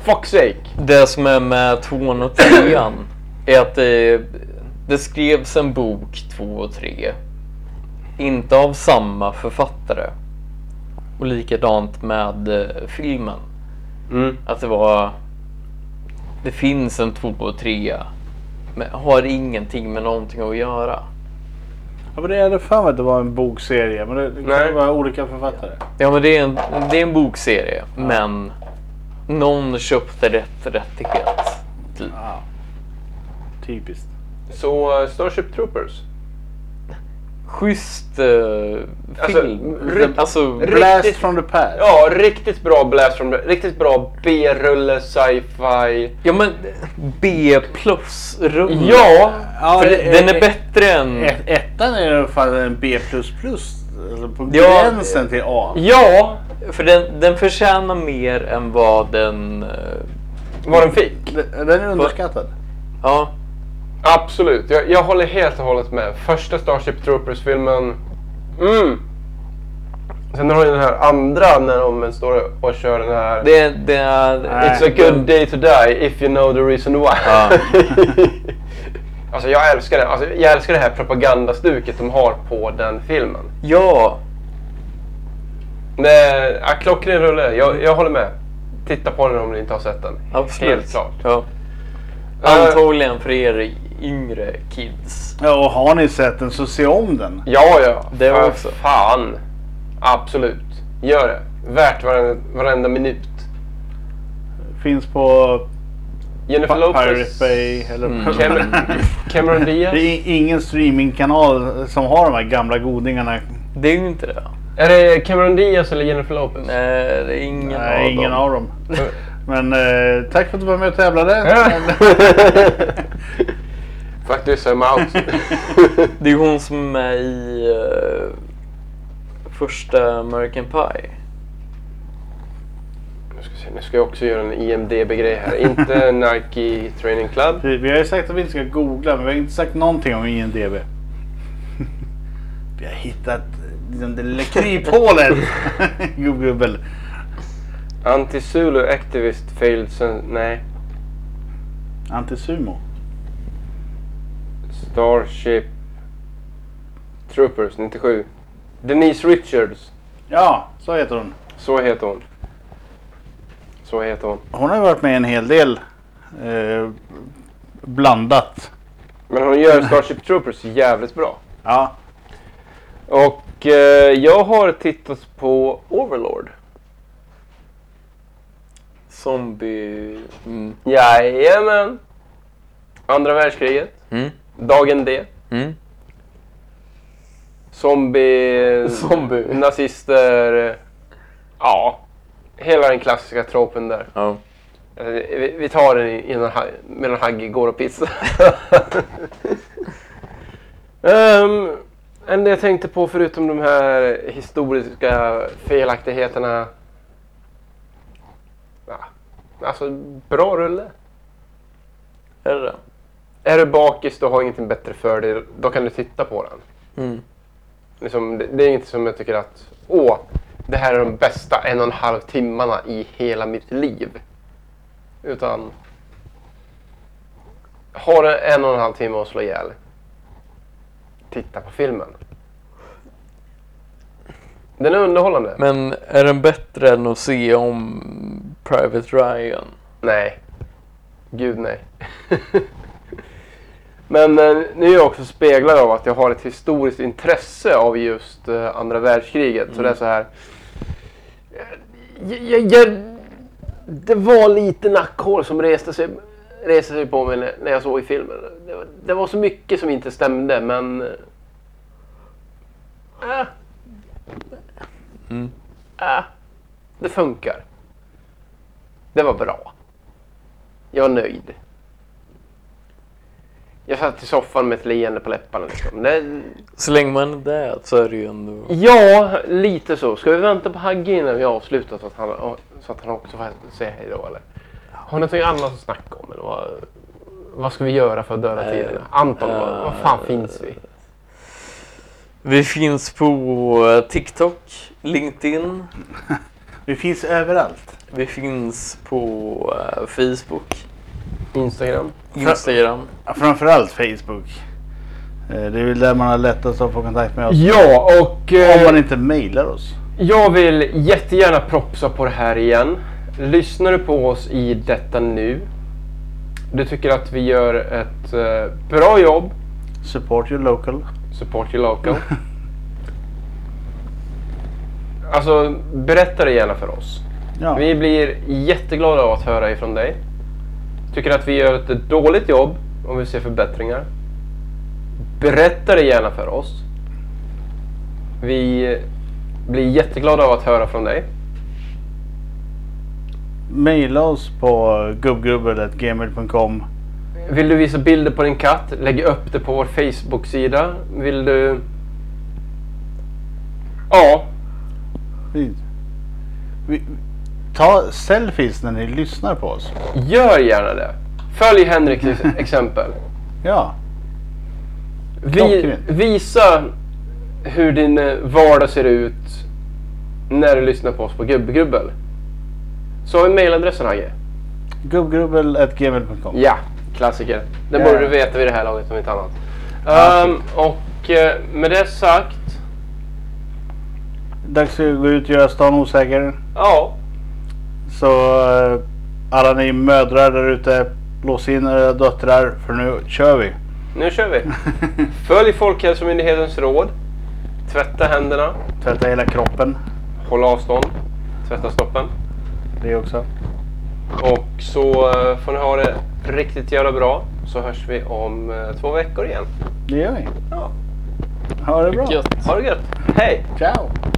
fuck's sake. Det som är med 2:an och 3:an är att det skrevs en bok 2 och 3. Inte av samma författare. Och likadant med filmen. Att det finns en 2 och 3, men har ingenting med någonting att göra. Ja, men det är för mig att det var en bokserie, men det kan vara olika författare. Ja, men det är en bokserie, men någon köpte rättighet. Typ. Ja. Typiskt. Så Starship Troopers. Schysst Alltså, film. Blast riktigt, from the past. ja, riktigt bra Blast from the... Riktigt bra B-rulle, sci-fi. Ja, men B+-rulle. Ja! För den är bättre än... Ettan är i alla fall en B++. Alltså på Ja, gränsen till A. Ja! För den förtjänar mer än vad den... Vad den fick. Den är underskattad. Ja. Absolut, jag håller helt och hållet med. Första Starship Troopers-filmen. Sen har du den här andra när de står och kör den här... It's a good day to die if you know the reason why. Ja. Alltså jag älskar det. Alltså, jag älskar det här propagandastuket de har på den filmen. Ja. Det är klockren rulle. Jag håller med. Titta på den om ni inte har sett den. Absolut. Helt klart. Ja. Antagligen för er yngre kids. Ja, och har ni sett den så se om den. Ja. Det För också. Fan. Absolut. Gör det. Värt varenda minut. Finns på Jennifer Pirate Lopez. Bay eller Cameron Diaz. Det är ingen streamingkanal som har de här gamla godingarna. Det är ju inte det. Är det Cameron Diaz eller Jennifer Lopez? Nej, det är ingen av Nej, ingen dem. av dem. Men tack för att du var med och tävlade. Faktiskt, I'm out. Det är hon som är med i första American Pie. Nu ska jag också göra en IMDb-grej här. Inte Nike Training Club. Vi har ju sagt att vi inte ska googla, men vi har inte sagt någonting om IMDb. Vi har hittat liksom det lilla kryphålet. Google. Anti-Zulu activist failed nej. Antisumo. Starship Troopers 97. Denise Richards. Ja, så heter hon. Så heter hon. Hon har ju varit med i en hel del blandat. Men hon gör Starship Troopers jävligt bra. Ja. Och jag har tittat på Overlord. Zombie... Jajamän. Andra världskriget. Dagen D. Zombie. Nazister. Ja. Hela den klassiska tropen där. Ja. Vi tar den medan Hagge går och pissar. Det jag tänkte på förutom de här historiska felaktigheterna. Ja, alltså bra rulle. Är det? Är du bakis och har ingenting bättre för dig, då kan du titta på den. Liksom, det är inte som jag tycker att det här är de bästa 1,5 timmarna i hela mitt liv. Utan har du 1,5 timme att slå ihjäl, titta på filmen. Den är underhållande. Men är den bättre än att se om Private Ryan? Nej. Gud nej. Men nu är jag också speglad av att jag har ett historiskt intresse av just andra världskriget. Så det är så här. Det var lite nackhål som reste sig på mig när jag såg i filmen. Det var så mycket som inte stämde, men... det funkar. Det var bra. Jag var nöjd. Jag satt i soffan med ett leende på läpparna. Liksom. Så länge man är där så är det ju ändå... Ja, lite så. Ska vi vänta på Hagge innan vi avslutar så att han också får säga hej då, eller? Har ni något annat att snacka om? Eller vad ska vi göra för att döda tiden? Anton, vad fan finns vi? Vi finns på TikTok, LinkedIn. Vi finns överallt. Vi finns på Facebook, Instagram. Instagram. Framförallt Facebook. Det är väl där man har lättast att få kontakt med oss. Ja, och Om man inte mejlar oss. jag vill jättegärna propsa på det här igen. Lyssnar du på oss i detta nu? Du tycker att vi gör ett bra jobb. Support your local. Support your local. Alltså, berätta det gärna för oss. Ja. Vi blir jätteglada av att höra ifrån dig. Tycker att vi gör ett dåligt jobb om vi ser förbättringar. Berätta det gärna för oss. Vi blir jätteglada av att höra från dig. Maila oss på gubbgrubbel@gmail.com. Vill du visa bilder på din katt? Lägg upp det på vår Facebook-sida. Vill du... Ja. Ta selfies när ni lyssnar på oss. Gör gärna det. Följ Henriks exempel. Ja. Klockrent. Visa hur din vardag ser ut när du lyssnar på oss på Gubbgrubbel. Så har vi mailadressen, Hagge. Gubbgrubbel@gmail.com. Ja, klassiker. Den Ja. borde du veta vid det här laget om inte annat. Och med det sagt... Dags att gå ut och göra stan osäker. Ja, Så alla ni mödrar där ute, lås in era döttrar för nu kör vi. nu kör vi. Följ Folkhälsomyndighetens råd. Tvätta händerna. Tvätta hela kroppen. Håll avstånd. Tvätta snoppen. Det också. Och så får ni ha det riktigt jävla bra. Så hörs vi om 2 veckor igen. Det gör vi. Ja. Ha det bra. Gött. Ha det gött. Hej! Ciao.